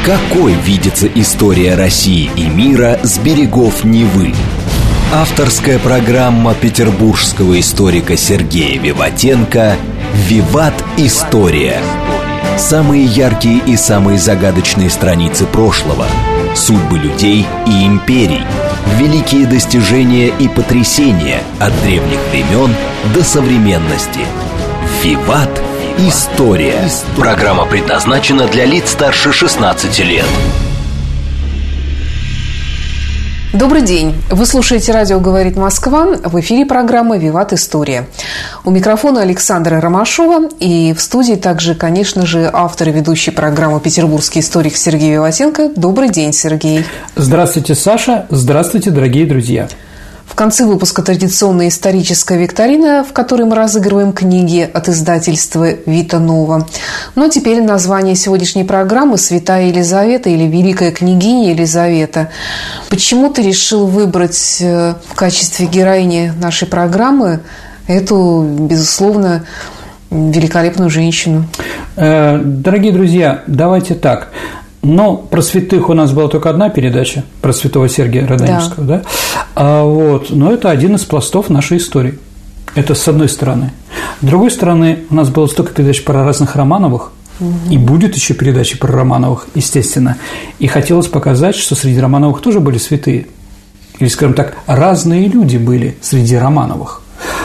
Какой видится история России и мира с берегов Невы? Авторская программа петербургского историка Сергея Виватенко «Виват. История». Самые яркие и самые загадочные страницы прошлого, судьбы людей и империй, великие достижения и потрясения от древних времен до современности. «Виват. История». Программа предназначена для лиц старше 16 лет. Добрый день. Вы слушаете радио «Говорит Москва». В эфире программа «Виват. История». У микрофона Александра Ромашова. И в студии также, конечно же, автор и ведущий программы «Петербургский историк» Сергей Виватенко. Добрый день, Сергей. Здравствуйте, Саша. Здравствуйте, дорогие друзья. В конце выпуска традиционная историческая викторина, в которой мы разыгрываем книги от издательства «Вита Нова». Но теперь название сегодняшней программы «Святая Елизавета» или «Великая княгиня Елизавета». Почему ты решил выбрать в качестве героини нашей программы эту, безусловно, великолепную женщину? Дорогие друзья, давайте так. Но про святых у нас была только одна передача, про святого Сергия Радонежского, да? Но это один из пластов нашей истории. Это с одной стороны. С другой стороны, у нас было столько передач про разных Романовых, и будет еще передачи про Романовых, естественно. И хотелось показать, что среди Романовых тоже были святые. Или, скажем так, разные люди были среди Романовых.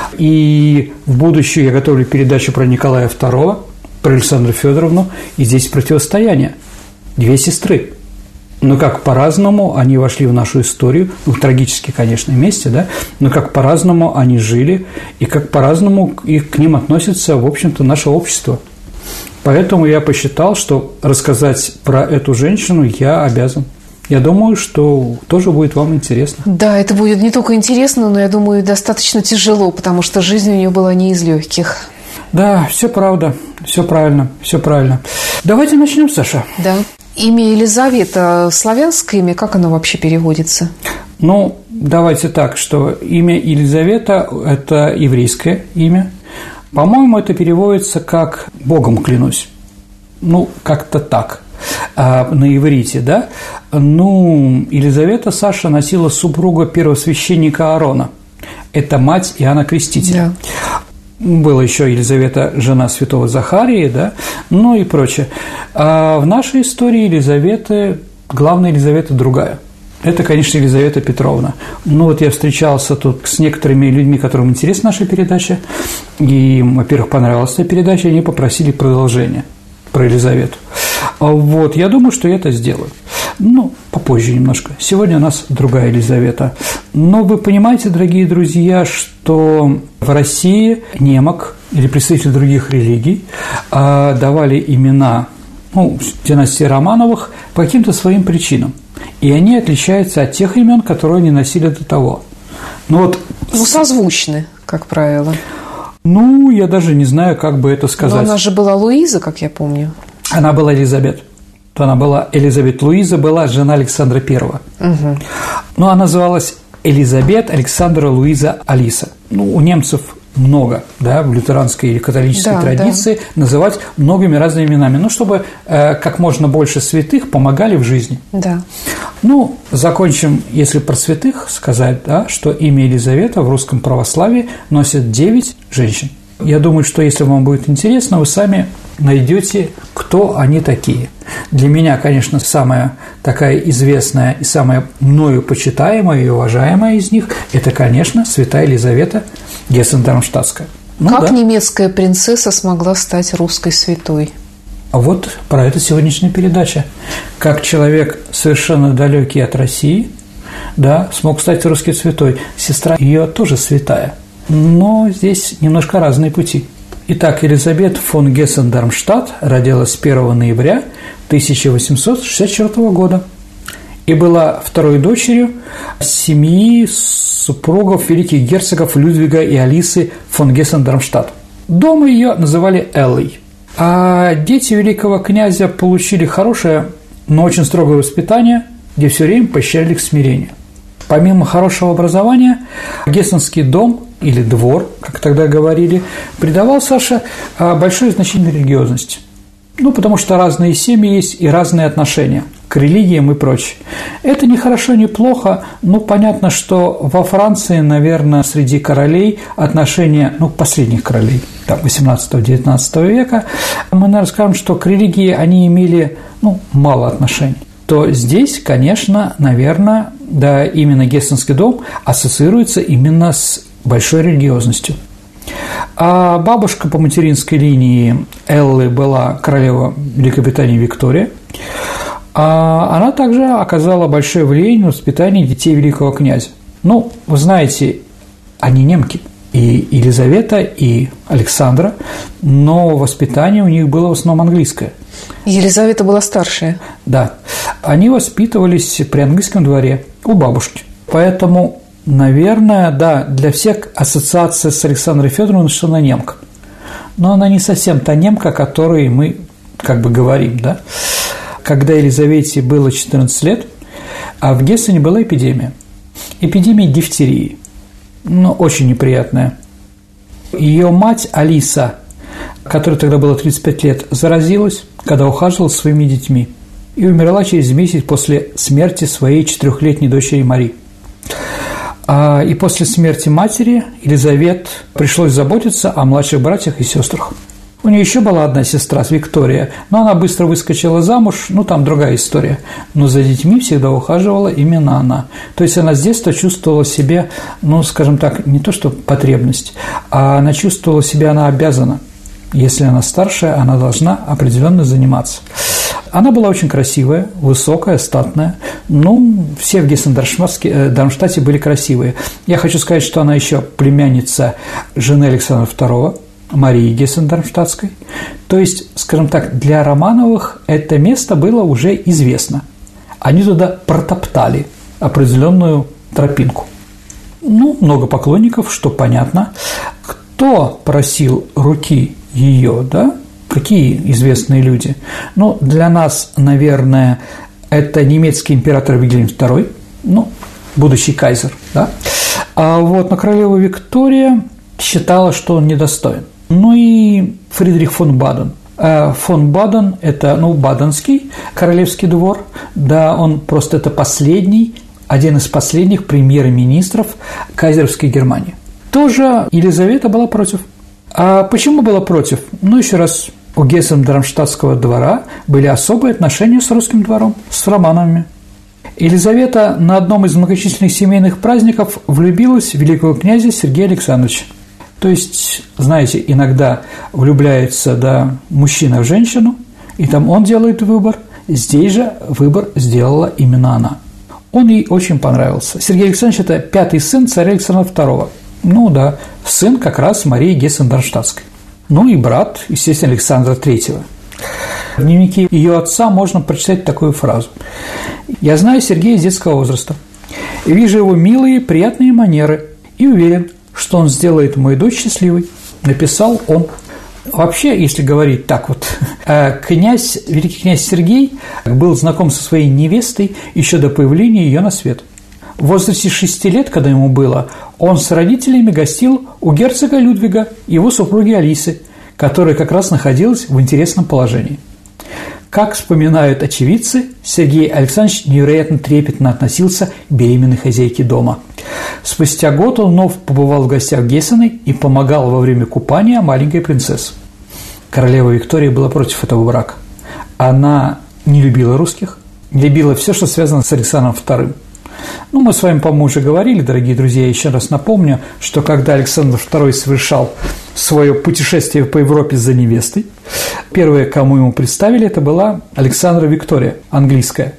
И в будущее я готовлю передачу про Николая II, про Александру Федоровну, и здесь противостояние. Две сестры. Но как по-разному они вошли в нашу историю, трагически, конечно, вместе, да, но как по-разному они жили, и как по-разному к ним относится, в общем-то, наше общество. Поэтому я посчитал, что рассказать про эту женщину я обязан. Я думаю, что тоже будет вам интересно. Да, это будет не только интересно, но, я думаю, достаточно тяжело, потому что жизнь у нее была не из легких. Да, все правда, все правильно, все правильно. Давайте начнем, Саша. Да. Имя Елизавета – славянское имя, как оно вообще переводится? Ну, давайте так, что имя Елизавета – это еврейское имя. По-моему, это переводится как «Богом клянусь». Ну, как-то так, на иврите, да? Ну, Елизавета, Саша, носила супруга первосвященника Аарона. Это мать Иоанна Крестителя. Да. Была еще Елизавета, жена святого Захарии, да, ну и прочее. А в нашей истории Елизавета, главная Елизавета другая. Это, конечно, Елизавета Петровна. Ну вот я встречался тут с некоторыми людьми, которым интересна наша передача, и им, во-первых, понравилась эта передача, и они попросили продолжение про Елизавету. Вот, я думаю, что я это сделаю. Ну, попозже немножко. Сегодня у нас другая Елизавета. Но вы понимаете, дорогие друзья, что в России немок или представители других религий давали имена династии Романовых по каким-то своим причинам. И они отличаются от тех имен, которые они носили до того. Созвучны, как правило. Я даже не знаю, как бы это сказать. Но она же была Луиза, как я помню. Она была Елизабет. Она была Елизавет Луиза, была жена Александра I. Угу. Но она называлась Елизабет Александра Луиза Алиса. У немцев много, да, в лютеранской или католической традиции называть многими разными именами, чтобы как можно больше святых помогали в жизни. Да. Закончим, если про святых сказать, да, что имя Елизавета в русском православии носит 9 женщин. Я думаю, что если вам будет интересно, вы сами найдете, кто они такие. Для меня, конечно, самая такая известная и самая мною почитаемая и уважаемая из них – это, конечно, святая Елизавета Гессен-Дармштадтская. Как немецкая принцесса смогла стать русской святой? А вот про это сегодняшняя передача. Как человек, совершенно далекий от России, да, смог стать русской святой. Сестра ее тоже святая. Но здесь немножко разные пути. Итак, Елизавета фон Гессен-Дармштадт родилась 1 ноября 1864 года и была второй дочерью семьи супругов великих герцогов Людвига и Алисы фон Гессен-Дармштадт. Дома ее называли Эллой. А дети великого князя получили хорошее, но очень строгое воспитание, где все время поощряли к смирению. Помимо хорошего образования, Гессенский дом или двор, как тогда говорили, придавал Саше большое значение религиозности. Ну, потому что разные семьи есть и разные отношения к религиям и прочее. Это не хорошо, не плохо. Ну, понятно, что во Франции, наверное, среди королей отношения, ну, последних королей, там, 18-19 века, мы, наверное, скажем, что к религии они имели, ну, мало отношений. То здесь, конечно, наверное, да, именно Гессенский дом ассоциируется именно с большой религиозностью. А бабушка по материнской линии Эллы была королева Великобритании Виктория. А она также оказала большое влияние на воспитание детей великого князя. Ну, вы знаете, они немки, и Елизавета, и Александра, но воспитание у них было в основном английское. Елизавета была старшая. Да. Они воспитывались при английском дворе у бабушки. Поэтому, наверное, да, для всех ассоциация с Александрой Фёдоровной, что она немка. Но она не совсем та немка, о которой мы как бы говорим, да. Когда Елизавете было 14 лет, а в Гессене была эпидемия. Эпидемия дифтерии. Ну, очень неприятная. Ее мать Алиса, которой тогда было 35 лет, заразилась, когда ухаживала за своими детьми, и умерла через месяц после смерти своей 4-летней дочери Мари. И после смерти матери Елизавете пришлось заботиться о младших братьях и сестрах. У нее еще была одна сестра, Виктория, но она быстро выскочила замуж, ну, там другая история. Но за детьми всегда ухаживала именно она. То есть она с детства чувствовала себе, ну, скажем так, не то что потребность, а она чувствовала себя, она обязана. Если она старшая, она должна определенно заниматься. Она была очень красивая, высокая, статная. Ну, все в Гессен-Дармштадте были красивые. Я хочу сказать, что она еще племянница жены Александра II, Марии Гессен-Дармштадтской. То есть, скажем так, для Романовых это место было уже известно. Они туда протоптали определенную тропинку. Ну, много поклонников, что понятно. Кто просил руки ее, да? Какие известные люди? Ну, для нас, наверное, это немецкий император Вильгельм II, ну, будущий кайзер, да? Но королева Виктория считала, что он недостоин. Ну и Фридрих фон Баден. Фон Баден – это, Баденский королевский двор, да, он просто это один из последних премьер-министров кайзеровской Германии. Тоже Елизавета была против. А почему была против? Еще раз, у Гессен-Дармштадтского двора были особые отношения с русским двором, с Романовыми. Елизавета на одном из многочисленных семейных праздников влюбилась в великого князя Сергея Александровича. То есть, знаете, иногда влюбляется, да, мужчина в женщину, и там он делает выбор. Здесь же выбор сделала именно она. Он ей очень понравился. Сергей Александрович – это 5-й сын царя Александра II. Ну да, сын как раз Марии Гессен-Дармштадтской. Ну и брат, естественно, Александра III. В дневнике ее отца можно прочитать такую фразу. «Я знаю Сергея с детского возраста. Вижу его милые, приятные манеры и уверен, что он сделает мою дочь счастливой», написал он. Вообще, если говорить так вот, великий князь Сергей был знаком со своей невестой еще до появления ее на свет. В возрасте 6 лет, когда ему было, он с родителями гостил у герцога Людвига и его супруги Алисы, которая как раз находилась в интересном положении. Как вспоминают очевидцы, Сергей Александрович невероятно трепетно относился к беременной хозяйке дома. Спустя год он вновь побывал в гостях в Гессене и помогал во время купания маленькой принцессы. Королева Виктория была против этого брака. Она не любила русских, не любила все, что связано с Александром II. Мы с вами, по-моему, уже говорили, дорогие друзья, еще раз напомню, что когда Александр II совершал свое путешествие по Европе за невестой, первая, кому ему представили, это была Александра Виктория, английская.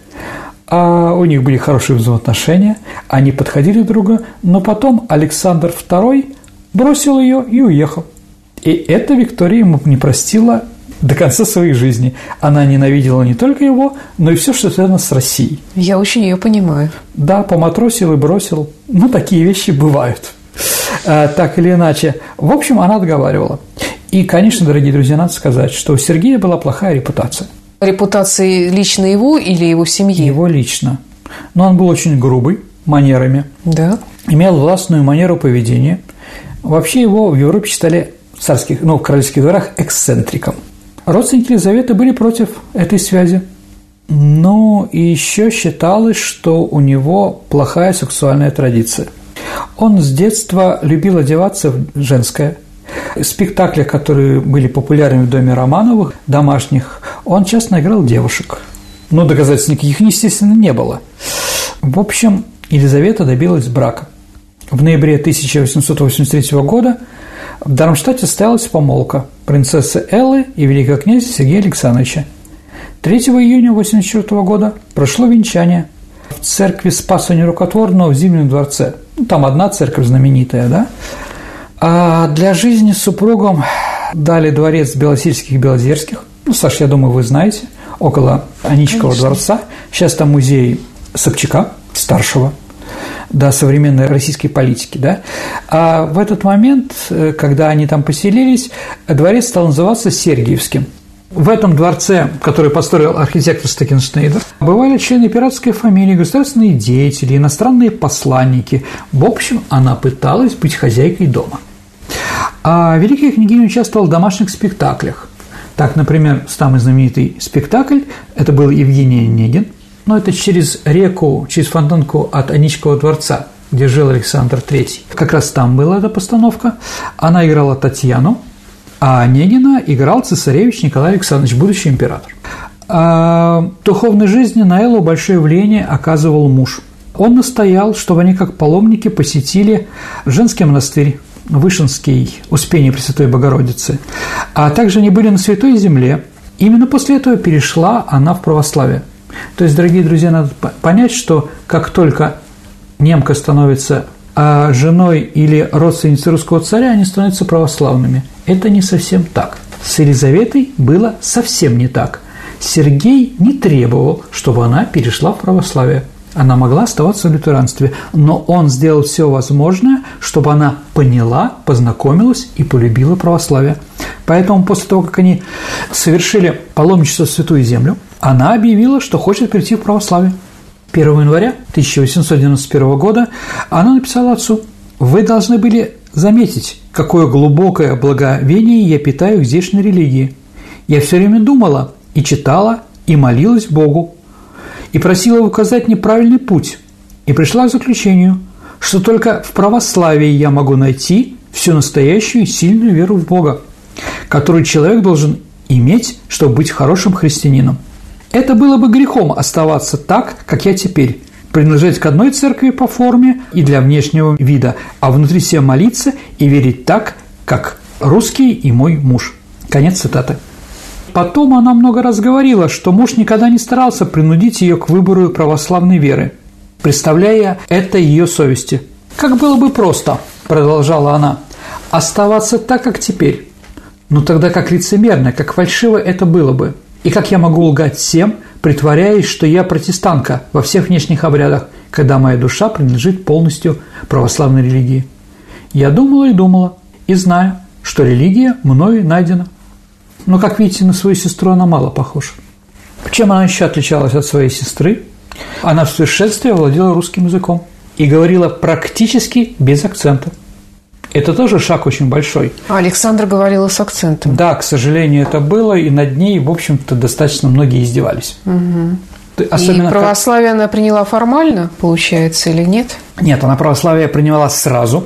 А у них были хорошие взаимоотношения, они подходили друг к другу, но потом Александр II бросил ее и уехал. И эта Виктория ему не простила до конца своей жизни. Она ненавидела не только его, но и все, что связано с Россией. Я очень ее понимаю. Да, поматросил и бросил. Такие вещи бывают. Так или иначе. В общем, она отговаривала. И, конечно, дорогие друзья, надо сказать, что у Сергея была плохая репутация. Репутация лично его или его семьи? Его лично. Но он был очень грубый манерами. Да. Имел властную манеру поведения. Вообще его в Европе считали в королевских дворах эксцентриком. Родственники Елизаветы были против этой связи. Ну, и еще считалось, что у него плохая сексуальная традиция. Он с детства любил одеваться в женское. В спектаклях, которые были популярны в доме Романовых, домашних, он часто играл девушек. Но доказательств никаких, естественно, не было. В общем, Елизавета добилась брака. В ноябре 1883 года в Дармштадте состоялась помолвка принцессы Эллы и великого князя Сергея Александровича. 3 июня 1884 года прошло венчание в церкви Спаса Нерукотворного в Зимнем дворце. Там одна церковь знаменитая, да? А для жизни с супругом дали дворец Белосельских и Белозерских. Ну, Саш, я думаю, вы знаете, около Аничкова дворца. Сейчас там музей Собчака, старшего, до современной российской политики, да. А в этот момент, когда они там поселились, дворец стал называться Сергиевским. В этом дворце, который построил архитектор Стекеншнейдер, бывали члены императорской фамилии, государственные деятели, иностранные посланники. В общем, она пыталась быть хозяйкой дома. А великая княгиня участвовала в домашних спектаклях. Так, например, самый знаменитый спектакль – это был Евгений Онегин, но это через реку, через фонтанку от Аничкова дворца, где жил Александр III. Как раз там была эта постановка. Она играла Татьяну, а Онегина играл цесаревич Николай Александрович, будущий император. А в духовной жизни на Эллу большое влияние оказывал муж. Он настоял, чтобы они как паломники посетили женский монастырь Вышинский Успение Пресвятой Богородицы, а также они были на Святой Земле. Именно после этого перешла она в православие. То есть, дорогие друзья, надо понять, что как только немка становится женой или родственницей русского царя, они становятся православными. Это не совсем так. С Елизаветой было совсем не так. Сергей не требовал, чтобы она перешла в православие. Она могла оставаться в лютеранстве, но он сделал все возможное, чтобы она поняла, познакомилась и полюбила православие. Поэтому после того, как они совершили паломничество в Святую Землю, она объявила, что хочет перейти в православие. 1 января 1891 года она написала отцу: «Вы должны были заметить, какое глубокое благовение я питаю к здешней религии. Я все время думала и читала, и молилась Богу, и просила указать неправильный путь, и пришла к заключению, что только в православии я могу найти всю настоящую и сильную веру в Бога, которую человек должен иметь, чтобы быть хорошим христианином. Это было бы грехом оставаться так, как я теперь, принадлежать к одной церкви по форме и для внешнего вида, а внутри себя молиться и верить так, как русский и мой муж». Конец цитаты. Потом она много раз говорила, что муж никогда не старался принудить ее к выбору православной веры, представляя это ее совести. «Как было бы просто, – продолжала она, – оставаться так, как теперь. Но тогда как лицемерно, как фальшиво это было бы. И как я могу лгать всем, притворяясь, что я протестантка во всех внешних обрядах, когда моя душа принадлежит полностью православной религии? Я думала и думала, и знаю, что религия мною найдена». Но, как видите, на свою сестру она мало похожа. Чем она еще отличалась от своей сестры? Она в совершенстве владела русским языком и говорила практически без акцента. Это тоже шаг очень большой. А Александра говорила с акцентом. Да, к сожалению, это было, и над ней, в общем-то, достаточно многие издевались. Угу. Особенно и православие она приняла формально, получается, или нет? Нет, она православие приняла сразу,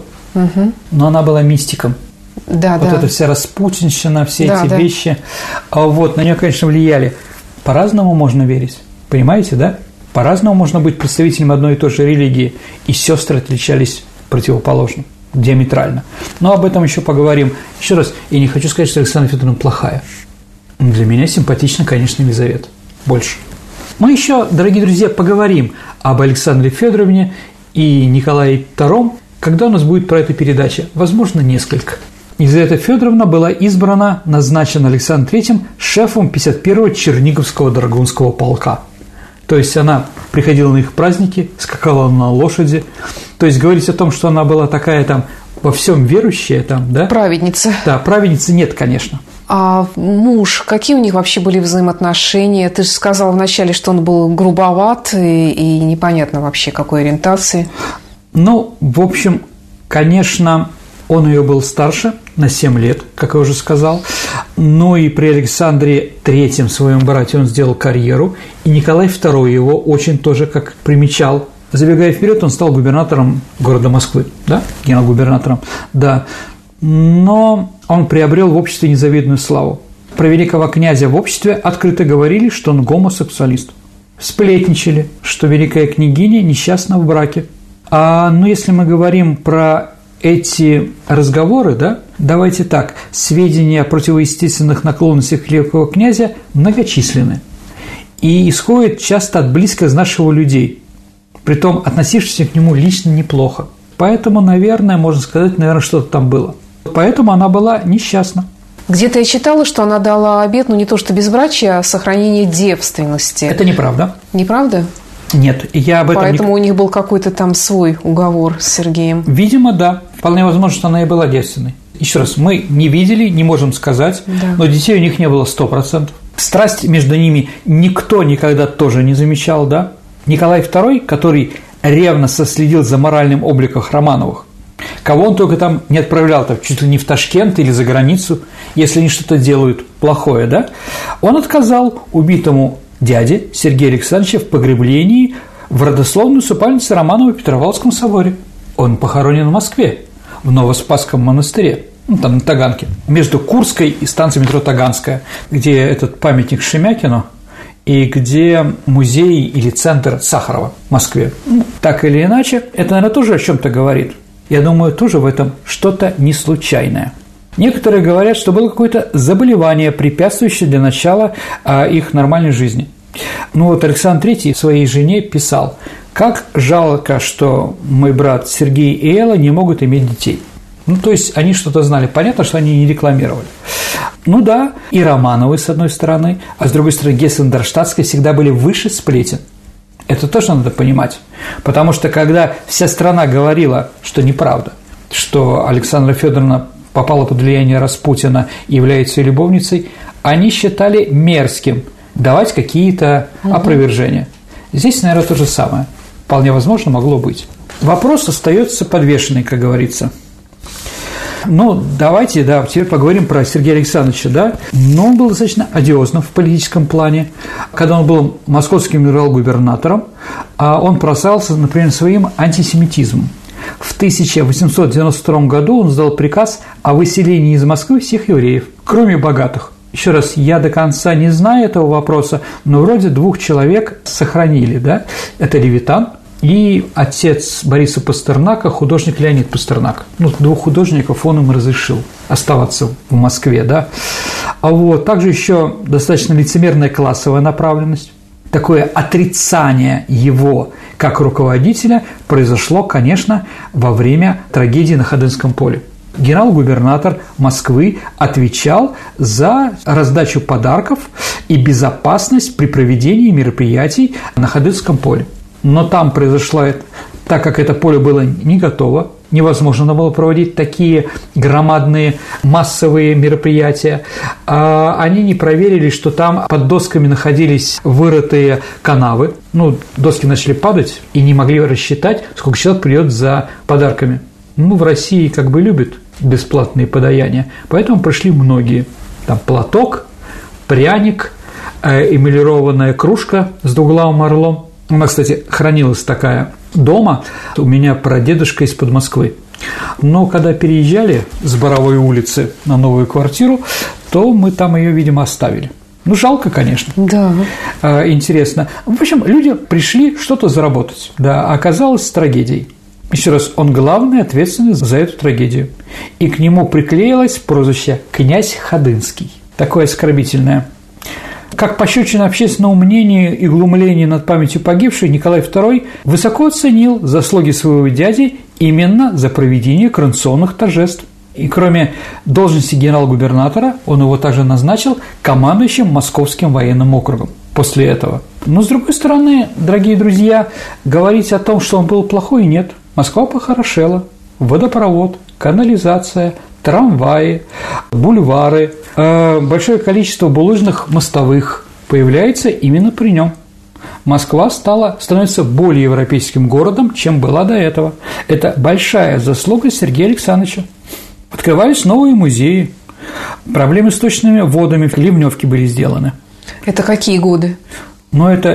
но она была мистиком. Да, вот эта вся распутинщина, все эти вещи, вот, на нее, конечно, влияли. По-разному можно верить, понимаете, да? По-разному можно быть представителем одной и той же религии, и сестры отличались противоположно, диаметрально. Но об этом еще поговорим. Еще раз, я не хочу сказать, что Александра Федоровна плохая. Для меня симпатична, конечно, Елизавета. Больше. Мы еще, дорогие друзья, поговорим об Александре Федоровне и Николае II, когда у нас будет про это передача. Возможно, несколько. Елизавета Федоровна была избрана, назначена Александром III шефом 51-го Черниговского драгунского полка. То есть она приходила на их праздники, скакала на лошади. То есть говорить о том, что она была такая там во всем верующая, там, да? Праведница. Да, праведницы нет, конечно. А муж, какие у них вообще были взаимоотношения? Ты же сказала вначале, что он был грубоват и непонятно вообще какой ориентации. Ну, в общем, конечно, Он ее был старше на 7 лет, как я уже сказал. Но и при Александре III, своем брате, он сделал карьеру. И Николай II его очень тоже как примечал. Забегая вперед, он стал губернатором города Москвы, да, генерал-губернатором, да. Но он приобрел в обществе незавидную славу. Про великого князя в обществе открыто говорили, что он гомосексуалист. Сплетничали, что великая княгиня несчастна в браке. Но если мы говорим про эти разговоры, да, давайте так, сведения о противоестественных наклонностях великого князя многочисленны и исходят часто от близко знавших людей, притом относившихся к нему лично неплохо. Поэтому, наверное, можно сказать, что-то там было. Поэтому она была несчастна. Где-то я читала, что она дала обет, не то что безбрачия, а сохранение девственности. Это неправда. Неправда? Нет, я об этом Поэтому у них был какой-то там свой уговор с Сергеем. Видимо, да. Вполне возможно, что она и была девственной. Еще раз, мы не видели, не можем сказать, да. Но детей у них не было 100%. Страсть между ними никто никогда тоже не замечал, да. Николай II, который ревностно следил за моральным обликом Романовых, кого он только там не отправлял, там, чуть ли не в Ташкент или за границу, если они что-то делают плохое, да, он отказал убитому дяде Сергея Александровича в погреблении в родословной усыпальнице Романова в Петропавловском соборе. Он похоронен в Москве, в Новоспасском монастыре, там на Таганке, между Курской и станцией метро Таганская, где этот памятник Шемякину и где музей или центр Сахарова в Москве. Так или иначе, это, наверное, тоже о чем-то говорит. Я думаю, тоже в этом что-то не случайное. Некоторые говорят, что было какое-то заболевание, препятствующее для начала их нормальной жизни. Александр III своей жене писал: «Как жалко, что мой брат Сергей и Элла не могут иметь детей». То есть они что-то знали. Понятно, что они не рекламировали. Да, и Романовы, с одной стороны, а с другой стороны Гессен-Дармштадтская всегда были выше сплетен. Это тоже надо понимать. Потому что когда вся страна говорила, что неправда, что Александра Федоровна попала под влияние Распутина и является ее любовницей, они считали мерзким давать какие-то опровержения. Здесь, наверное, то же самое. Вполне возможно, могло быть. Вопрос остается подвешенный, как говорится. Давайте, теперь поговорим про Сергея Александровича, да. Он был достаточно одиозным в политическом плане. Когда он был московским генерал-губернатором, он прославился, например, своим антисемитизмом. В 1892 году он издал приказ о выселении из Москвы всех евреев, кроме богатых. Еще раз, я до конца не знаю этого вопроса, но вроде 2 человек сохранили, да. Это Левитан и отец Бориса Пастернака, художник Леонид Пастернак. 2 художников он им разрешил оставаться в Москве, да. Также еще достаточно лицемерная классовая направленность. Такое отрицание его как руководителя произошло, конечно, во время трагедии на Ходынском поле. Генерал-губернатор Москвы отвечал за раздачу подарков и безопасность при проведении мероприятий на Ходынском поле. Но там произошло, так как это поле было не готово, невозможно было проводить такие громадные массовые мероприятия. Они не проверили, что там под досками находились вырытые канавы. Доски начали падать и не могли рассчитать, сколько человек придет за подарками. В России любят бесплатные подаяния, поэтому пришли многие. Там платок, пряник, эмалированная кружка с двуглавым орлом. У нас, кстати, хранилась такая дома, у меня прадедушка из-под Москвы. Но когда переезжали с Боровой улицы на новую квартиру, то мы там ее, видимо, оставили. Жалко, конечно. Да. Интересно. В общем, люди пришли что-то заработать. Да, оказалось трагедией. Еще раз, он главный ответственный за эту трагедию. И к нему приклеилось прозвище «Князь Ходынский». Такое оскорбительное. Как пощечина общественному мнению и глумлению над памятью погибшей, Николай II высоко оценил заслуги своего дяди именно за проведение коронационных торжеств. И кроме должности генерал-губернатора, он его также назначил командующим Московским военным округом после этого. Но, с другой стороны, дорогие друзья, говорить о том, что он был плохой, нет. Москва похорошела, водопровод, канализация, трамваи, бульвары, большое количество булыжных мостовых появляется именно при нем. Москва становится более европейским городом, чем была до этого. Это большая заслуга Сергея Александровича. Открывались новые музеи, проблемы с сточными водами, ливневки были сделаны. Это какие годы? Но это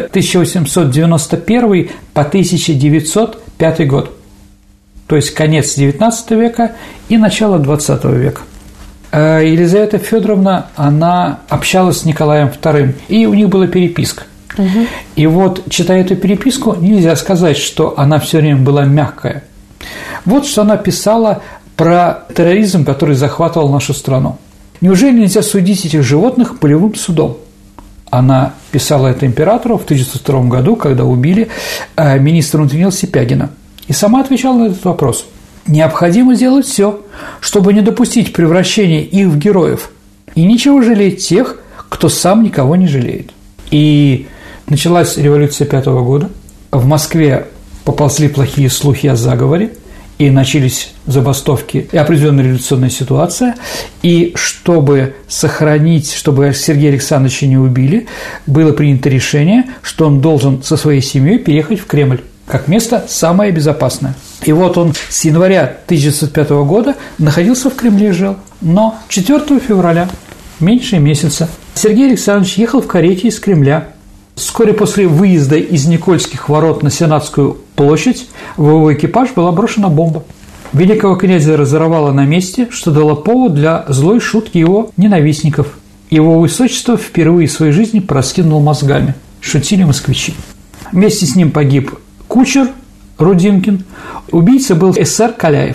1891 по 1905 год, то есть конец XIX века и начало XX века. Елизавета Федоровна, она общалась с Николаем II, и у них была переписка. Угу. И вот, читая эту переписку, нельзя сказать, что она все время была мягкая. Вот что она писала про терроризм, который захватывал нашу страну. «Неужели нельзя судить этих животных полевым судом?» Она писала это императору в 1902 году, когда убили министра внутренних дел Сипягина. И сама отвечала на этот вопрос. «Необходимо сделать все, чтобы не допустить превращения их в героев, и ничего жалеть тех, кто сам никого не жалеет». И началась революция 5 года. В Москве поползли плохие слухи о заговоре, и начались забастовки и определенная революционная ситуация. И чтобы сохранить, чтобы Сергея Александровича не убили, было принято решение, что он должен со своей семьей переехать в Кремль как место самое безопасное. И вот он с января 1905 года находился в Кремле и жил. Но 4 февраля, меньше месяца, Сергей Александрович ехал в карете из Кремля. Вскоре после выезда из Никольских ворот на Сенатскую площадь в его экипаж была брошена бомба. Великого князя разорвало на месте, что дало повод для злой шутки его ненавистников. Его высочество впервые в своей жизни проскинул мозгами. Шутили москвичи. Вместе с ним погиб кучер Рудинкин. Убийца был эсэр Каляев.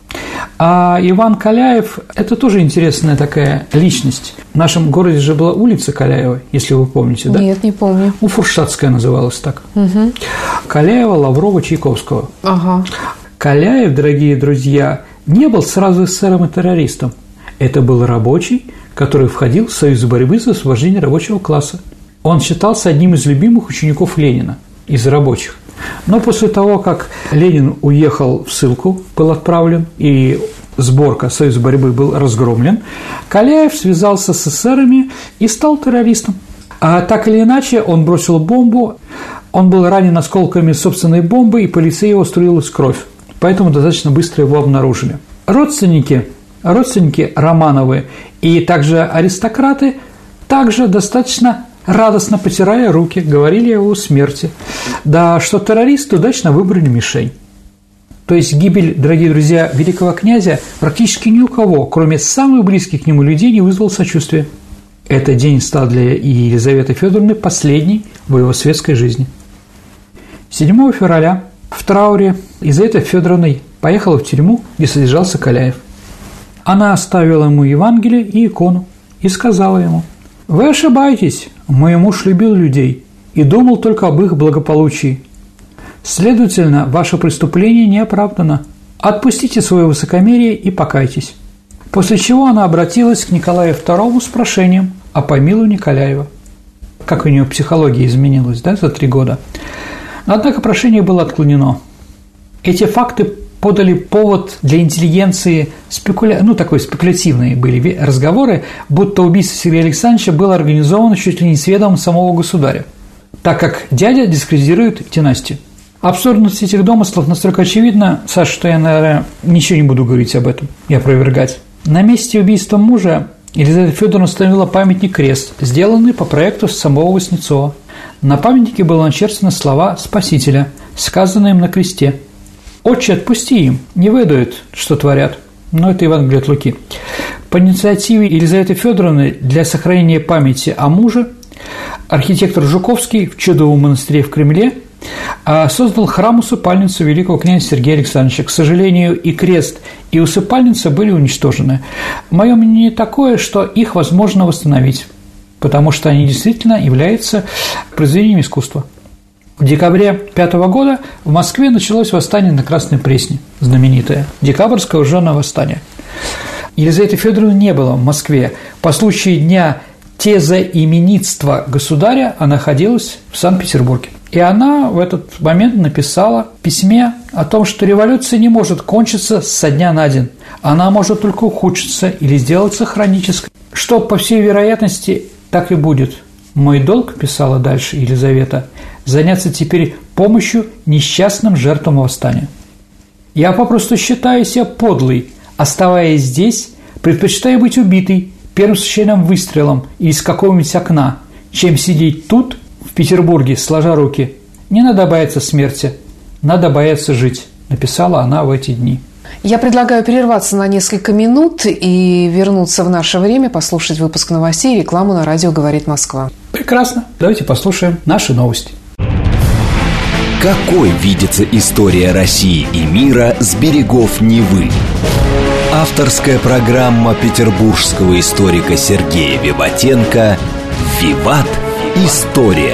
А Иван Каляев – это тоже интересная такая личность. В нашем городе же была улица Каляева, если вы помните, да? Нет, не помню. Фурштадтская называлась так. Угу. Каляева, Лаврова, Чайковского. Ага. Каляев, дорогие друзья, не был сразу эсером и террористом. Это был рабочий, который входил в Союз борьбы за освобождение рабочего класса. Он считался одним из любимых учеников Ленина, из рабочих. Но после того, как Ленин уехал в ссылку, был отправлен, и сборка Союза борьбы был разгромлен, Каляев связался с эсерами и стал террористом. А так или иначе, он бросил бомбу, он был ранен осколками собственной бомбы, и по лице его струилась кровь, поэтому достаточно быстро его обнаружили. Родственники Романовы и также аристократы также достаточно радостно потирая руки, говорили о его смерти. Да, что террористы удачно выбрали мишень. То есть гибель, дорогие друзья, великого князя практически ни у кого, кроме самых близких к нему людей, не вызвал сочувствия. Этот день стал для Елизаветы Федоровны последний в его светской жизни. 7 февраля в трауре Елизавета Федоровна поехала в тюрьму, где содержался Каляев. Она оставила ему Евангелие и икону и сказала ему: «Вы ошибаетесь, мой муж любил людей и думал только об их благополучии. Следовательно, ваше преступление не оправдано. Отпустите свое высокомерие и покайтесь». После чего она обратилась к Николаю II с прошением о помиловании Каляева. Как у нее психология изменилась, да, за 3 года. Однако прошение было отклонено. Эти факты подали повод для интеллигенции, такой спекулятивные были разговоры, будто убийство Сергея Александровича было организовано чуть ли не с ведомым самого государя, так как дядя дискредитирует династию. Абсурдность этих домыслов настолько очевидна, Саша, что я, наверное, ничего не буду говорить об этом и опровергать. На месте убийства мужа Елизавета Федоровна установила памятник-крест, сделанный по проекту самого Васнецова. На памятнике было начерчены слова Спасителя, сказанные им на кресте: «Отче, отпусти им, не ведают, что творят». Но это Евангелие от Луки. По инициативе Елизаветы Федоровны для сохранения памяти о муже архитектор Жуковский в Чудовом монастыре в Кремле создал храм-усыпальницу великого князя Сергея Александровича. К сожалению, и крест, и усыпальница были уничтожены. Мое мнение такое, что их возможно восстановить, потому что они действительно являются произведением искусства. В декабре 5 года в Москве началось восстание на Красной Пресне, знаменитое, декабрьское ужасное восстание. Елизаветы Федоровны не было в Москве. По случаю дня тезоименитства государя она находилась в Санкт-Петербурге. И она в этот момент написала в письме о том, что революция не может кончиться со дня на день. Она может только ухудшиться или сделаться хронической. Что, по всей вероятности, так и будет. «Мой долг, – писала дальше Елизавета, – заняться теперь помощью несчастным жертвам восстания. Я попросту считаю себя подлой, Оставаясь здесь, предпочитаю быть убитой первым случайным выстрелом из какого-нибудь окна, чем сидеть тут, в Петербурге, сложа руки. Не надо бояться смерти, надо бояться жить», – написала она в эти дни. Я предлагаю прерваться на несколько минут и вернуться в наше время, послушать выпуск новостей и рекламу на радио «Говорит Москва». Прекрасно. Давайте послушаем наши новости. Какой видится история России и мира с берегов Невы? Авторская программа петербургского историка Сергея Виватенко «Виват. История».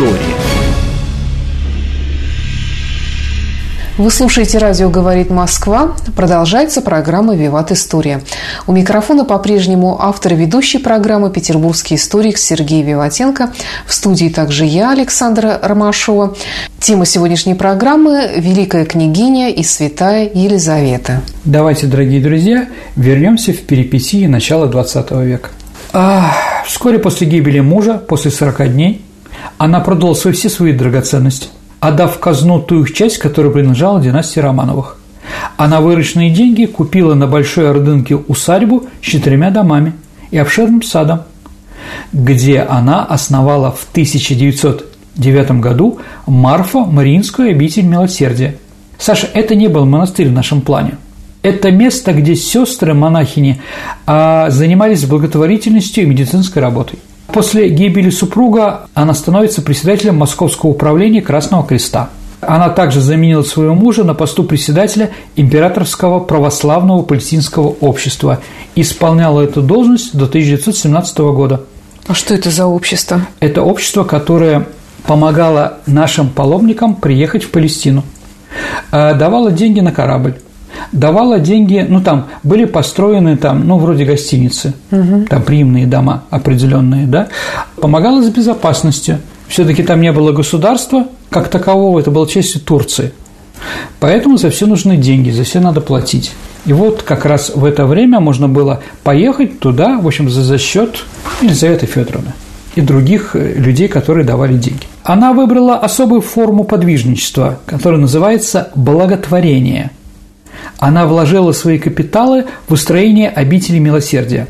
Вы слушаете радио «Говорит Москва». Продолжается программа «Виват. История». У микрофона по-прежнему автор и ведущий программы петербургский историк Сергей Виватенко. В студии также я, Александра Ромашова. Тема сегодняшней программы – Великая княгиня и святая Елизавета. Давайте, дорогие друзья, вернемся в перипетии начала XX века. Вскоре после гибели мужа, после 40 дней, она продала все свои драгоценности, отдав в казну ту их часть, которая принадлежала династии Романовых. А на вырученные деньги купила на Большой Ордынке усадьбу с 4 домами и обширным садом, где она основала в 1909 году Марфо-Мариинскую обитель милосердия. Саша, это не был монастырь в нашем плане. Это место, где сестры-монахини занимались благотворительностью и медицинской работой. После гибели супруга она становится председателем Московского управления Красного Креста. Она также заменила своего мужа на посту председателя Императорского православного палестинского общества. Исполняла эту должность до 1917 года. А что это за общество? Это общество, которое помогало нашим паломникам приехать в Палестину. Давало деньги на корабль. Давала деньги, там были построены вроде гостиницы, там приемные дома определенные, да, помогала с безопасностью. Все-таки там не было государства как такового, это была частью Турции. Поэтому за все нужны деньги, за все надо платить. И вот как раз в это время можно было поехать туда, в общем, за счет Елизаветы Федоровны и других людей, которые давали деньги. Она выбрала особую форму подвижничества, которая называется благотворение. Она вложила свои капиталы в устроение обители милосердия.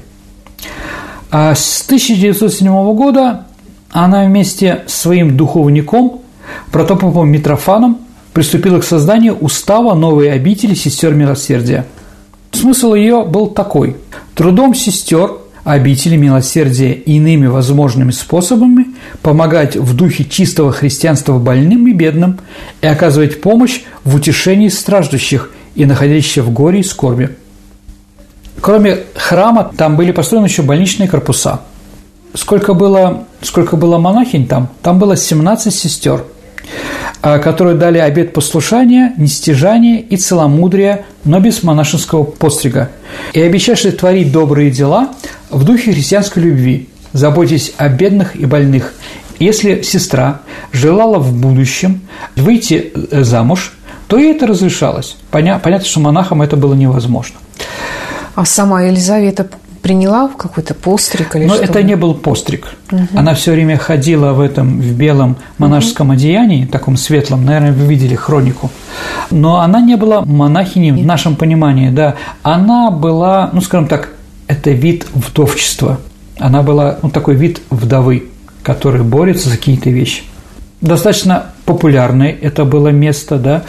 А с 1907 года она вместе с своим духовником, протопопом Митрофаном, приступила к созданию устава новой обители сестер милосердия. Смысл ее был такой: трудом сестер обители милосердия и иными возможными способами помогать в духе чистого христианства больным и бедным и оказывать помощь в утешении страждущих и находящихся в горе и скорби. Кроме храма, там были построены еще больничные корпуса. Сколько было монахинь там? Там было 17 сестер, которые дали обет послушания, нестяжания и целомудрия, но без монашеского пострига, и обещали творить добрые дела в духе христианской любви, заботясь о бедных и больных. Если сестра желала в будущем выйти замуж, то ей это разрешалось. Понятно, что монахам это было невозможно. А сама Елизавета приняла какой-то постриг или что? Но это не был постриг. Она все время ходила в белом монашеском одеянии, таком светлом, наверное, вы видели хронику. Но она не была монахиней в нашем понимании, да. Она была, скажем так, это вид вдовчества. Она была такой вид вдовы, который борется за какие-то вещи. Достаточно популярное это было место, да,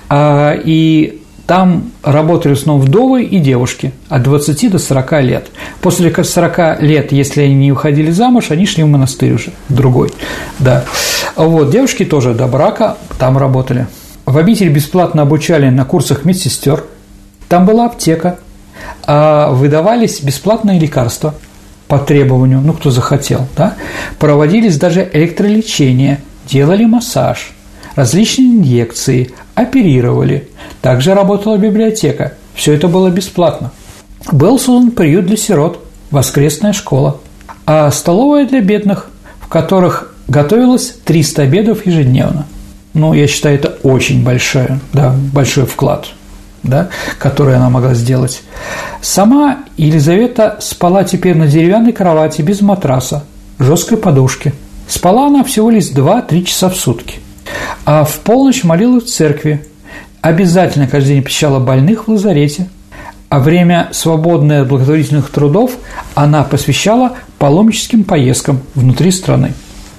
и там работали в основном вдовы и девушки от 20 до 40 лет. После 40 лет, если они не уходили замуж, они шли в монастырь уже, другой, да. Вот, девушки тоже до брака там работали. В обители бесплатно обучали на курсах медсестер, там была аптека, выдавались бесплатные лекарства по требованию, кто захотел, да, проводились даже электролечение, делали массаж, различные инъекции, оперировали. Также работала библиотека. Все это было бесплатно. Был создан приют для сирот, воскресная школа, а столовая для бедных, в которых готовилось 300 обедов ежедневно. Я считаю, это очень большой вклад, да, который она могла сделать. Сама Елизавета спала теперь на деревянной кровати без матраса, жесткой подушки. Спала она всего лишь 2-3 часа в сутки. А в полночь молилась в церкви. Обязательно каждый день посещала больных в лазарете. А время, свободное от благотворительных трудов, она посвящала паломническим поездкам внутри страны.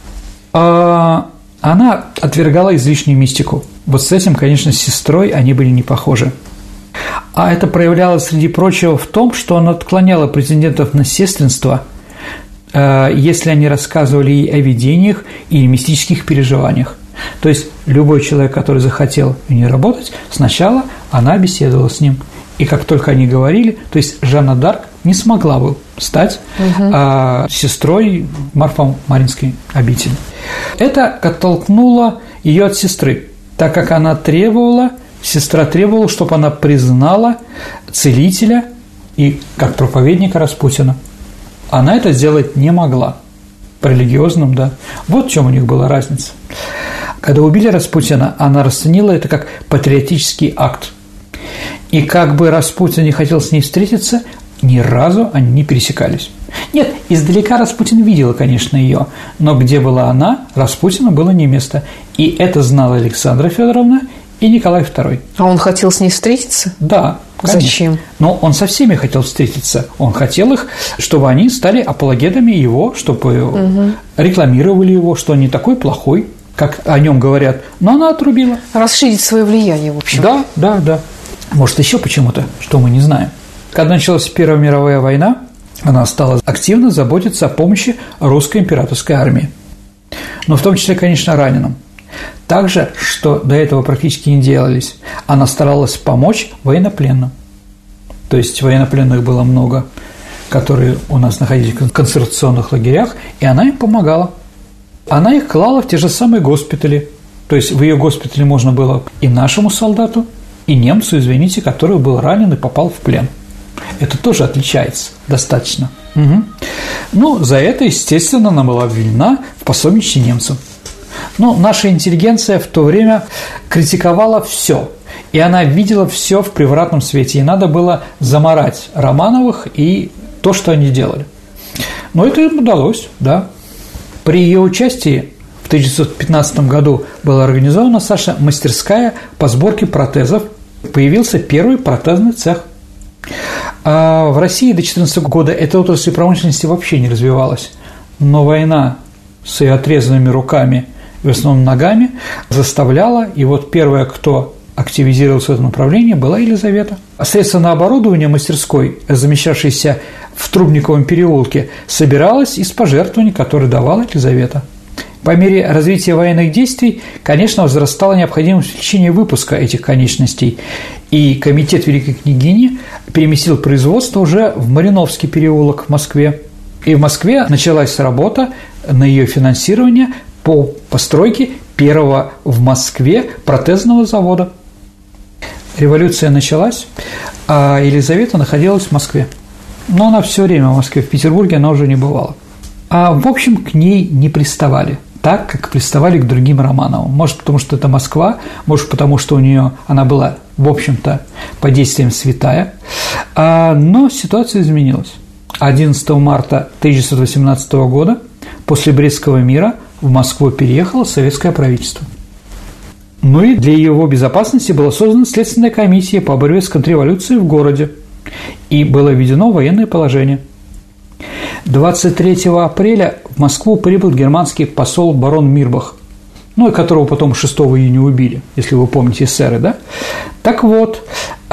Она отвергала излишнюю мистику. Вот с этим, конечно, с сестрой они были не похожи. А это проявлялось, среди прочего, в том, что она отклоняла претендентов на сестринство, если они рассказывали ей о видениях или мистических переживаниях. То есть любой человек, который захотел у нее работать, сначала она беседовала с ним. И как только они говорили, то есть Жанна д'Арк не смогла бы стать сестрой Марфо-Маринской обители. Это оттолкнуло ее от сестры, так как сестра требовала, чтобы она признала целителя и как проповедника Распутина. Она это сделать не могла. По религиозным, да. Вот в чем у них была разница. Когда убили Распутина, она расценила это как патриотический акт. И как бы Распутин не хотел с ней встретиться, ни разу они не пересекались. Нет, издалека Распутин видел, конечно, ее, но где была она, Распутину было не место. И это знала Александра Федоровна и Николай II. А он хотел с ней встретиться? Да. Конечно. Зачем? Но он со всеми хотел встретиться. Он хотел их, чтобы они стали апологетами его, чтобы рекламировали его, что он не такой плохой, как о нем говорят. Но она отрубила. Расширить свое влияние, в общем. Да. Может, еще почему-то, что мы не знаем. Когда началась Первая мировая война, она стала активно заботиться о помощи русской императорской армии. Но в том числе, конечно, раненым. Также, что до этого практически не делались, она старалась помочь военнопленным. То есть военнопленных было много, которые у нас находились в концентрационных лагерях, и она им помогала. Она их клала в те же самые госпитали. То есть в ее госпитале можно было и нашему солдату, и немцу, извините, который был ранен и попал в плен. Это тоже отличается достаточно. Ну, за это, естественно, она была обвинена в пособничестве немцам. Но наша интеллигенция в то время критиковала все, и она видела все в превратном свете, и надо было замарать Романовых и то, что они делали. Но это им удалось, да. При ее участии в 1915 году была организована, Саша, мастерская по сборке протезов. Появился первый протезный цех. А в России до 2014 года эта отрасль промышленности вообще не развивалась. Но война с ее отрезанными руками и в основном ногами заставляла, и вот первая, кто активизировался в этом направлении, была Елизавета. А средства на оборудование мастерской, замещавшейся в Трубниковом переулке, собиралось из пожертвований, которые давала Елизавета. По мере развития военных действий, конечно, возрастала необходимость увеличения выпуска этих конечностей, и комитет Великой княгини переместил производство уже в Мариновский переулок в Москве. И в Москве началась работа на ее финансирование по постройке первого в Москве протезного завода. Революция началась, а Елизавета находилась в Москве. Но она все время в Москве, в Петербурге она уже не бывала. А, в общем, к ней не приставали так, как приставали к другим Романовым. Может, потому что это Москва, может, потому что у нее она была, в общем-то, по действиям святая. Но ситуация изменилась. 11 марта 1918 года, после Брестского мира, в Москву переехало советское правительство. Ну и для его безопасности была создана следственная комиссия по борьбе с контрреволюцией в городе, и было введено военное положение. 23 апреля в Москву прибыл германский посол барон Мирбах, ну и которого потом 6 июня убили, если вы помните, эсеры, да? Так вот,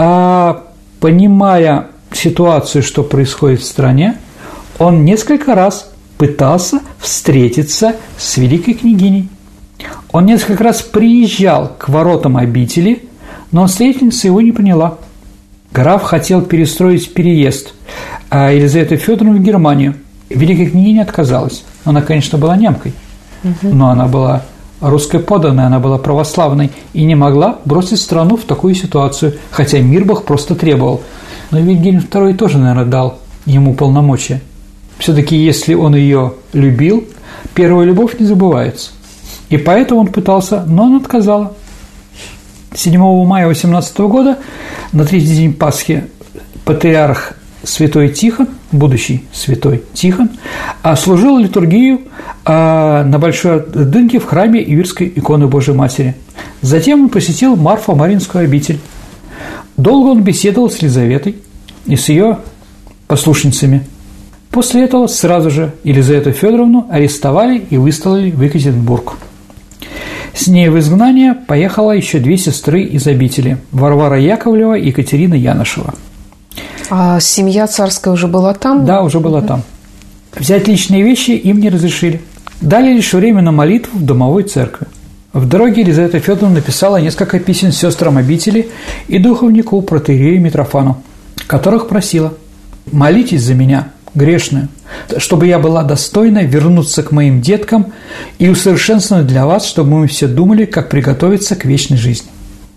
понимая ситуацию, что происходит в стране, он несколько раз пытался встретиться с великой княгиней. Он несколько раз приезжал к воротам обители, но настоятельница его не приняла. Граф хотел перестроить переезд Елизаветы Федоровны в Германию. Великая княгиня отказалась. Она, конечно, была немкой, но она была русской подданной, она была православной и не могла бросить страну в такую ситуацию, хотя Мирбах просто требовал. Но Вильгельм II тоже, наверное, дал ему полномочия. Все-таки, если он ее любил, первая любовь не забывается. И поэтому он пытался, но она отказала. 7 мая 18 года, на третий день Пасхи, патриарх святой Тихон, будущий святой Тихон, служил литургию на Большой Ордынке в храме Иверской иконы Божией Матери. Затем он посетил Марфо-Маринскую обитель. Долго он беседовал с Елизаветой, и с ее послушницами. После этого сразу же Елизавету Федоровну арестовали и выставили в Екатеринбург. С ней в изгнание поехала еще 2 сестры из обители – Варвара Яковлева и Екатерина Янышева. А семья царская уже была там? Да, уже была там. Взять личные вещи им не разрешили. Дали лишь время на молитву в домовой церкви. В дороге Елизавета Федоровна написала несколько писем сестрам обители и духовнику протоиерею Митрофану, которых просила: «Молитесь за меня, грешную, чтобы я была достойна вернуться к моим деткам и усовершенствовать для вас, чтобы мы все думали, как приготовиться к вечной жизни».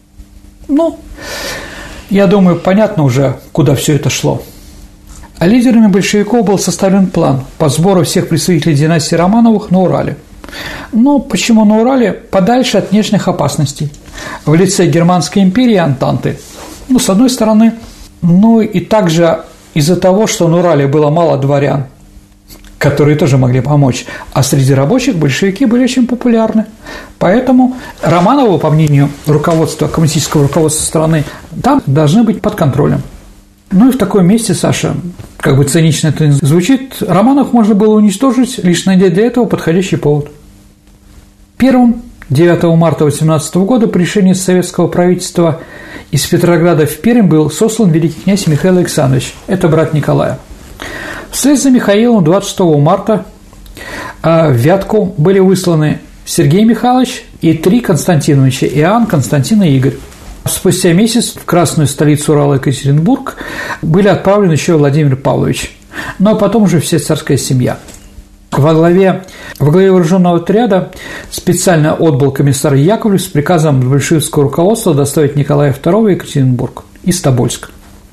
Я думаю, понятно уже, куда все это шло. А лидерами большевиков был составлен план по сбору всех представителей династии Романовых на Урале. Почему на Урале? Подальше от внешних опасностей в лице Германской империи и Антанты. С одной стороны, и также из-за того, что на Урале было мало дворян, которые тоже могли помочь, а среди рабочих большевики были очень популярны. Поэтому Романовы, по мнению коммунистического руководства страны, там должны быть под контролем. И в таком месте, Саша, как бы цинично это звучит, Романовых можно было уничтожить, лишь найдя для этого подходящий повод. Первым, 9 марта 18 года, по решению советского правительства из Петрограда в Пермь был сослан великий князь Михаил Александрович, это брат Николая. Вслед за Михаилом 26 марта в Вятку были высланы Сергей Михайлович и 3 Константиновича – Иоанн, Константин и Игорь. Спустя месяц в красную столицу Урала, Екатеринбург, были отправлены еще Владимир Павлович, а потом уже вся царская семья. Во главе вооруженного отряда специально отбыл комиссар Яковлев с приказом большевистского руководства доставить Николая II в Екатеринбург из Тобольска.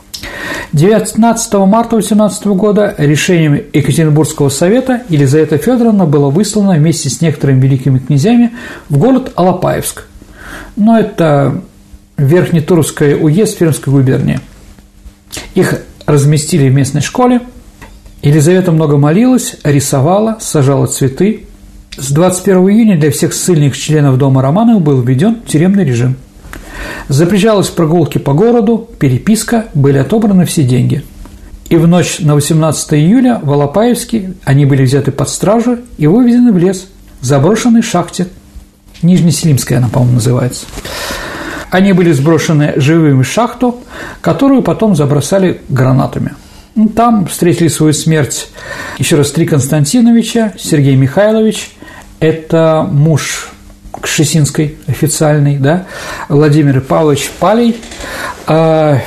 19 марта 18 года решением Екатеринбургского совета Елизавета Федоровна была выслана вместе с некоторыми великими князьями в город Алапаевск. Это Верхнетурский уезд Пермской губернии. Их разместили в местной школе. Елизавета много молилась, рисовала, сажала цветы. С 21 июня для всех ссыльных членов дома Романовых был введен тюремный режим. Запрещалось прогулки по городу, переписка, были отобраны все деньги. И в ночь на 18 июля в Алапаевске они были взяты под стражу и вывезены в лес, в заброшенной шахте. Нижнеселимская она, по-моему, называется. Они были сброшены живыми в шахту, которую потом забросали гранатами. Там встретили свою смерть еще раз 3 Константиновича, Сергей Михайлович, это муж Кшесинской официальный, Владимир Павлович Палей, святая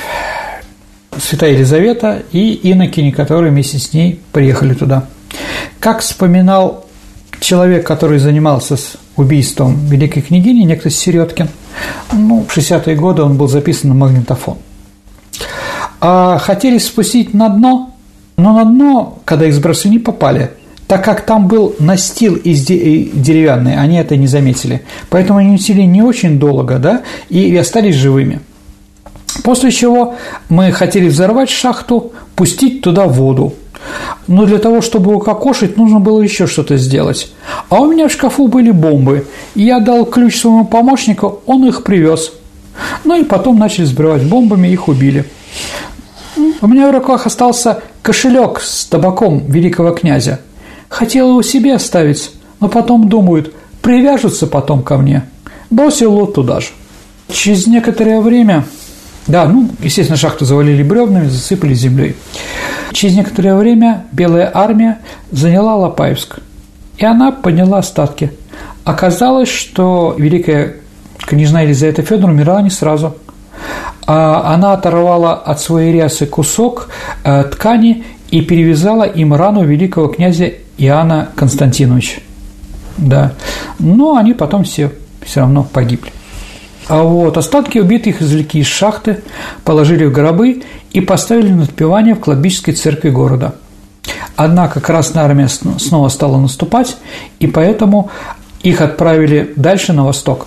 Елизавета и инокини, которые вместе с ней приехали туда. Как вспоминал человек, который занимался убийством великой княгини, некто Середкин, в 60-е годы он был записан на магнитофон. Хотели спустить на дно, но на дно, когда их сбросили, не попали, так как там был настил деревянный, они это не заметили. Поэтому они усилили не очень долго, и остались живыми. После чего мы хотели взорвать шахту, пустить туда воду. Но для того, чтобы укокошить, нужно было еще что-то сделать. А у меня в шкафу были бомбы, и я дал ключ своему помощнику, он их привез. И потом начали взрывать бомбами, их убили. У меня в руках остался кошелек с табаком великого князя. Хотел его себе оставить, но потом думают, привяжутся потом ко мне. Бросил его туда же. Через некоторое время, естественно, шахту завалили бревнами, засыпали землей. Через некоторое время Белая армия заняла Алапаевск, и она подняла остатки. Оказалось, что великая княжна Елизавета Федоровна умерла не сразу. Она оторвала от своей рясы кусок ткани и перевязала им рану великого князя Иоанна Константиновича. Но они потом все равно погибли. Остатки убитых извлекли из шахты, положили в гробы и поставили на отпевание в кладбищенской церкви города. Однако Красная армия снова стала наступать, и поэтому их отправили дальше на восток.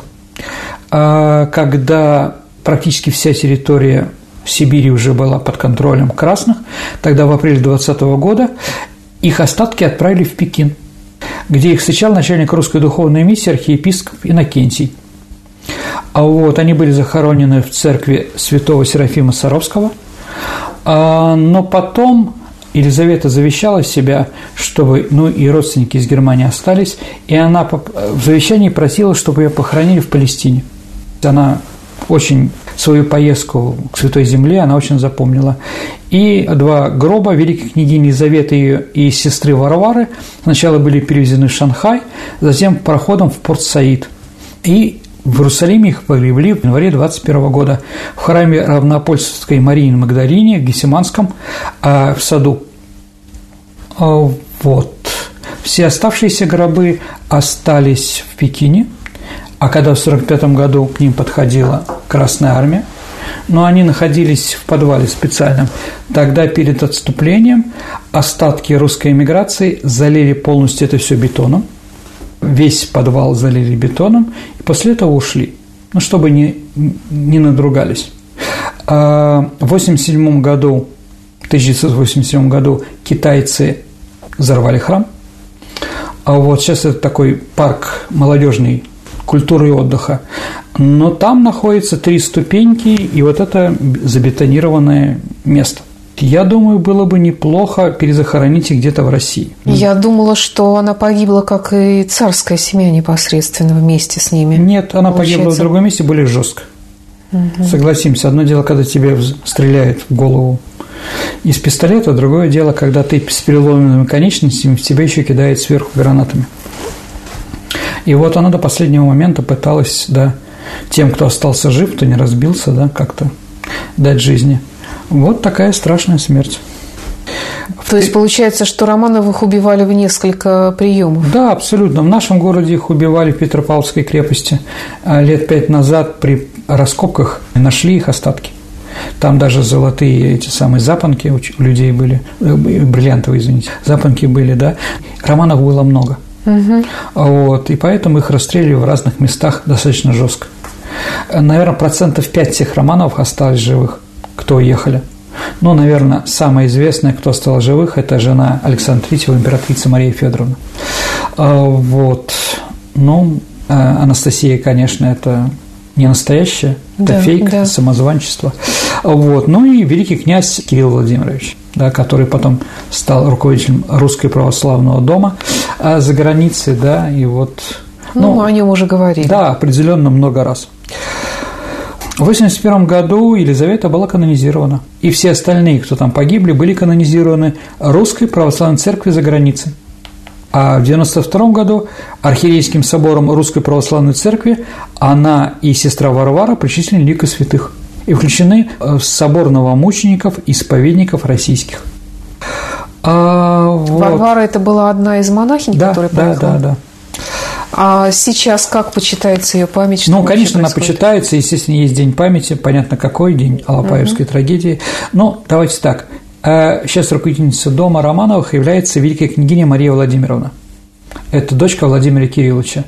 Когда практически вся территория Сибири уже была под контролем красных, тогда в апреле 2020 года их остатки отправили в Пекин, где их встречал начальник русской духовной миссии архиепископ Иннокентий. Они были захоронены в церкви святого Серафима Саровского, Но потом Елизавета завещала себя, чтобы, и родственники из Германии остались, и она в завещании просила, чтобы ее похоронили в Палестине. Она очень свою поездку к Святой Земле она очень запомнила. И 2 гроба великой княгини Елизаветы и сестры Варвары сначала были перевезены в Шанхай, затем пароходом в Порт-Саид. И в Иерусалиме их погребли в январе 21 года в храме Равноапостольской Марии Магдалине в Гефсиманском в саду. Вот. Все оставшиеся гробы остались в Пекине, а когда в 1945 году к ним подходила Красная Армия, но они находились в подвале специальном, тогда перед отступлением остатки русской эмиграции залили полностью это все бетоном, весь подвал залили бетоном, и после этого ушли, чтобы не надругались. В 1987 году китайцы взорвали храм, а вот сейчас это такой парк молодежный культуры и отдыха, но там находится 3 ступеньки, и вот это забетонированное место. Я думаю, было бы неплохо перезахоронить их где-то в России. Я думала, что она погибла, как и царская семья непосредственно вместе с ними. Нет, она погибла в другом месте более жестко. Угу. Согласимся, одно дело, когда тебе стреляют в голову из пистолета, другое дело, когда ты с переломанными конечностями, в тебя еще кидают сверху гранатами. И вот она до последнего момента пыталась, тем, кто остался жив, кто не разбился, как-то дать жизни. Вот такая страшная смерть. То есть получается, что Романовых убивали в несколько приемов? Да, абсолютно. В нашем городе их убивали в Петропавловской крепости. Лет 5 назад при раскопках нашли их остатки. Там даже золотые эти самые запонки у людей были, бриллиантовые, извините, запонки были, Романов было много. Угу. Вот, и поэтому их расстреливали в разных местах достаточно жестко. Наверное, 5% всех Романовых остались живых, кто уехали. Наверное, самая известная, кто осталась живых, это жена Александра III, императрица Мария Федоровна. Вот. Анастасия, конечно, это не настоящая, это фейк, это самозванчество. Вот. И великий князь Кирилл Владимирович, который потом стал руководителем Русского православного дома за границей, и вот… о нем уже говорили. Да, определенно много раз. В 1981 году Елизавета была канонизирована, и все остальные, кто там погибли, были канонизированы Русской православной церковью за границей. А в 1992 году архиерейским собором Русской православной церкви она и сестра Варвара причислены к лику святых и включены в собор новомучеников, исповедников российских. Варвара – это была одна из монахинь, которая поехала? Да. А сейчас как почитается ее память? Конечно, она почитается, естественно, есть день памяти, понятно, какой день Алапаевской трагедии. Давайте так. Сейчас руководительницей дома Романовых является великая княгиня Мария Владимировна. Это дочка Владимира Кирилловича.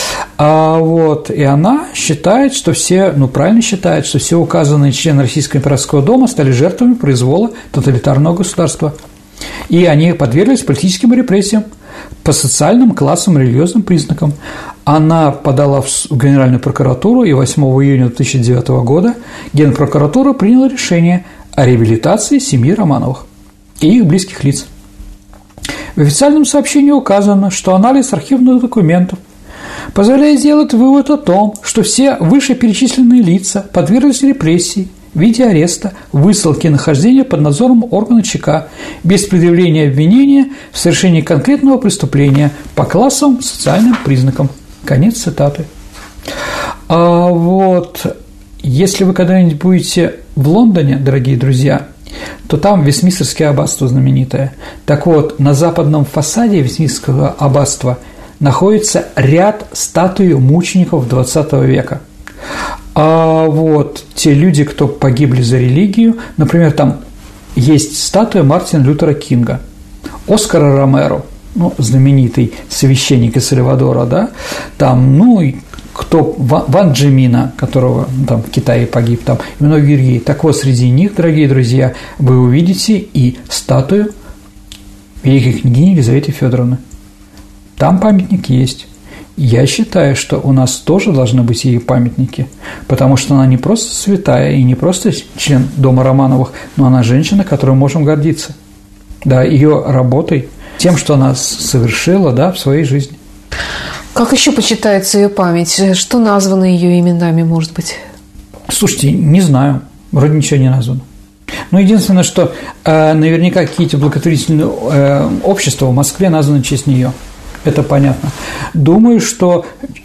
И она считает, что все, правильно считает, что все указанные члены Российского императорского дома стали жертвами произвола тоталитарного государства. И они подверглись политическим репрессиям по социальным, классовым, религиозным признакам. Она подала в Генеральную прокуратуру, и 8 июня 2009 года Генпрокуратура приняла решение о реабилитации семьи Романовых и их близких лиц. В официальном сообщении указано, что анализ архивных документов позволяет сделать вывод о том, что все вышеперечисленные лица подверглись репрессии в виде ареста, высылки и нахождения под надзором органа ЧК без предъявления обвинения в совершении конкретного преступления по классовым социальным признакам. Конец цитаты. Если вы когда-нибудь будете в Лондоне, дорогие друзья, то там Вестминстерское аббатство знаменитое. Так вот, на западном фасаде Вестминстерского аббатства находится ряд статуй мучеников XX века. Те люди, кто погибли за религию, например, там есть статуя Мартина Лютера Кинга, Оскара Ромеро, знаменитый священник из Сальвадора, кто Ван Джимина, которого там в Китае погиб, и многие другие. Так вот, среди них, дорогие друзья, вы увидите и статую великой княгини Елизаветы Федоровны. Там памятник есть. Я считаю, что у нас тоже должны быть ей памятники, потому что она не просто святая и не просто член дома Романовых, но она женщина, которой мы можем гордиться. Да, ее работой, тем, что она совершила, да, в своей жизни. Как еще почитается ее память? Что названо ее именами, может быть? Слушайте, не знаю, вроде ничего не названо. Но единственное, что наверняка какие-то благотворительные общества в Москве названы в честь нее. Это понятно. Думаю, что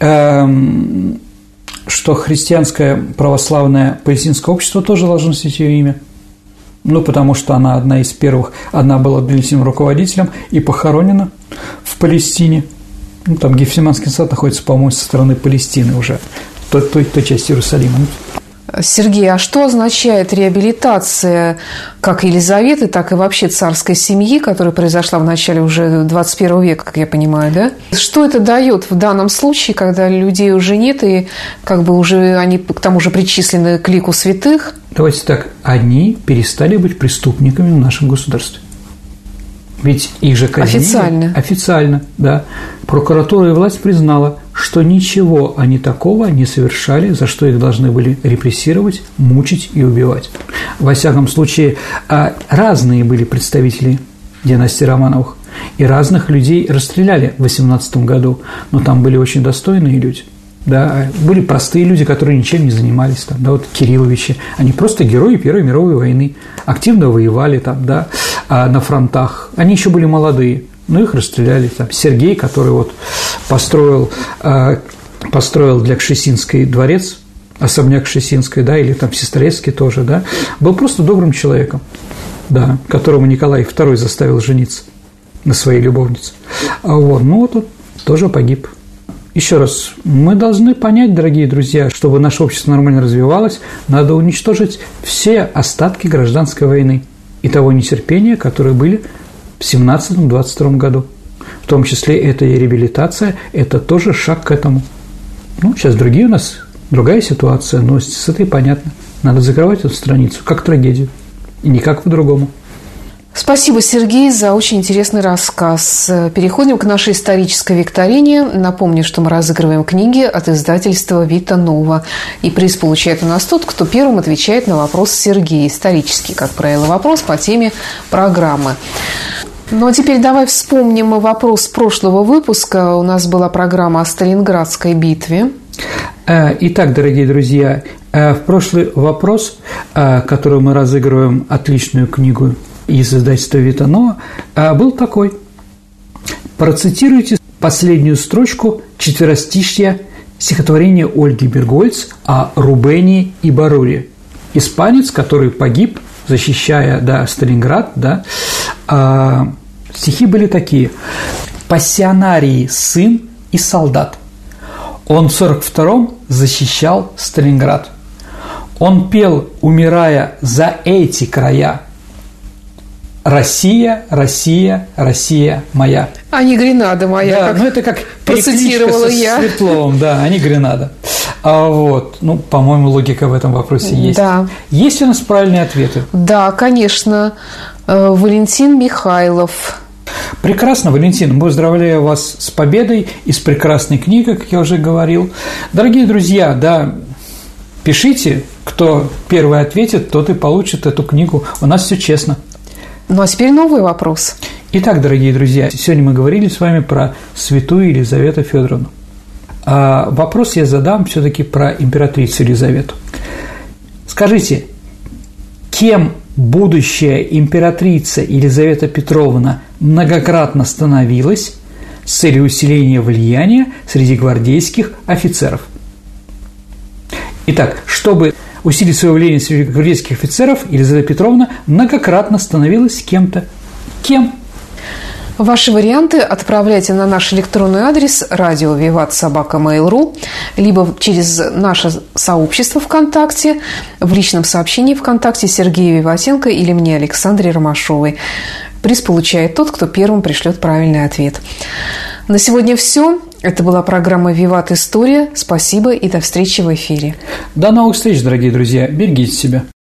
христианское православное палестинское общество тоже должно носить ее имя. Ну, потому что она одна из первых, она была длительным руководителем и похоронена в Палестине. Ну, там Гефсиманский сад находится, по-моему, со стороны Палестины уже, той части Иерусалима. Сергей, а что означает реабилитация как Елизаветы, так и вообще царской семьи, которая произошла в начале уже 21 века, как я понимаю, да? Что это дает в данном случае, когда людей уже нет, и как бы уже они к тому же причислены к лику святых? Давайте так, они перестали быть преступниками в нашем государстве. Ведь их же казнили. Официально, да. Прокуратура и власть признала, что ничего они такого не совершали, за что их должны были репрессировать, мучить и убивать. Во всяком случае, разные были представители династии Романовых, и разных людей расстреляли в 18 году, но там были очень достойные люди. Да, были простые люди, которые ничем не занимались, там, да, вот Кирилловичи, они просто герои Первой мировой войны, активно воевали там, да, на фронтах, они еще были молодые, но их расстреляли, там, Сергей, который вот построил для Кшесинской дворец, особняк Кшесинской, да, или там Сестрорецкий тоже, да, был просто добрым человеком, да, которому Николай II заставил жениться на своей любовнице, вот, ну вот он тоже погиб. Еще раз, мы должны понять, дорогие друзья, чтобы наше общество нормально развивалось, надо уничтожить все остатки гражданской войны и того нетерпения, которые были в 17-22 году. В том числе это и реабилитация, это тоже шаг к этому. Ну, сейчас другая ситуация, но с этой понятно. Надо закрывать эту страницу как трагедию, и никак по-другому. Спасибо, Сергей, за очень интересный рассказ. Переходим к нашей исторической викторине. Напомню, что мы разыгрываем книги от издательства «Вита Нова». И приз получает у нас тот, кто первым отвечает на вопрос Сергея. Исторический, как правило, вопрос по теме программы. Ну, а теперь давай вспомним вопрос прошлого выпуска. У нас была программа о Сталинградской битве. Итак, дорогие друзья, в прошлый вопрос, который мы разыгрываем отличную книгу из издательства «Вита Нова», был такой. Процитируйте последнюю строчку четверостишья стихотворения Ольги Бергольц о Рубене и Баруре. Испанец, который погиб, защищая, да, Сталинград, да, стихи были такие. «Пассионарий сын и солдат. Он в 42-м защищал Сталинград. Он пел, умирая за эти края: «Россия, Россия, Россия моя». А не Гренада моя. Да, ну это как перекличка со Свердловым, да, а не Гренада. Вот, ну, по-моему, логика в этом вопросе есть. Да. Есть у нас правильные ответы? Да, конечно. Валентин Михайлов. Прекрасно, Валентин, мы поздравляем вас с победой и с прекрасной книгой, как я уже говорил. Дорогие друзья, да, пишите, кто первый ответит, тот и получит эту книгу. У нас все честно. Ну, а теперь новый вопрос. Итак, дорогие друзья, сегодня мы говорили с вами про святую Елизавету Федоровну. А вопрос я задам все-таки про императрицу Елизавету. Скажите, кем будущая императрица Елизавета Петровна многократно становилась с целью усиления влияния среди гвардейских офицеров? Итак, чтобы усилить свое влияние среди гвардейских офицеров, Елизавета Петровна многократно становилась кем-то. Кем? Ваши варианты отправляйте на наш электронный адрес radio@vivat@mail.ru, либо через наше сообщество ВКонтакте, в личном сообщении ВКонтакте Сергею Виватенко или мне, Александре Ромашовой. Приз получает тот, кто первым пришлет правильный ответ. На сегодня все. Это была программа «Виват. История». Спасибо и до встречи в эфире. До новых встреч, дорогие друзья. Берегите себя.